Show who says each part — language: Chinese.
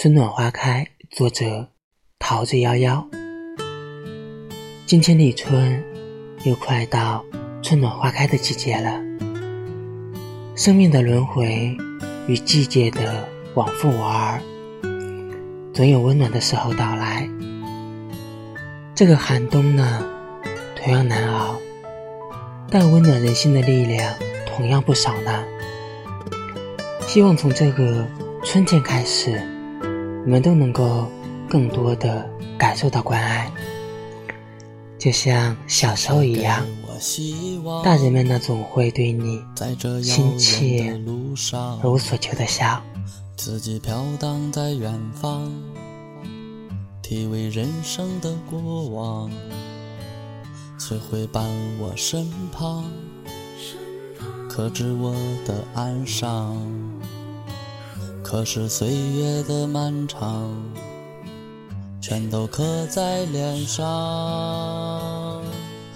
Speaker 1: 春暖花开，作者桃子夭夭。今天立春，又快到春暖花开的季节了。生命的轮回与季节的往复无二，总有温暖的时候到来。这个寒冬呢，同样难熬，但温暖人心的力量同样不少呢。希望从这个春天开始，我们都能够更多的感受到关爱，就像小时候一样，大人们呢总会对你亲切而无所求的笑。
Speaker 2: 自己飘荡在远方，体味人生的过往，谁会伴我身旁，可知我的哀伤，可是岁月的漫长，全都刻在脸上。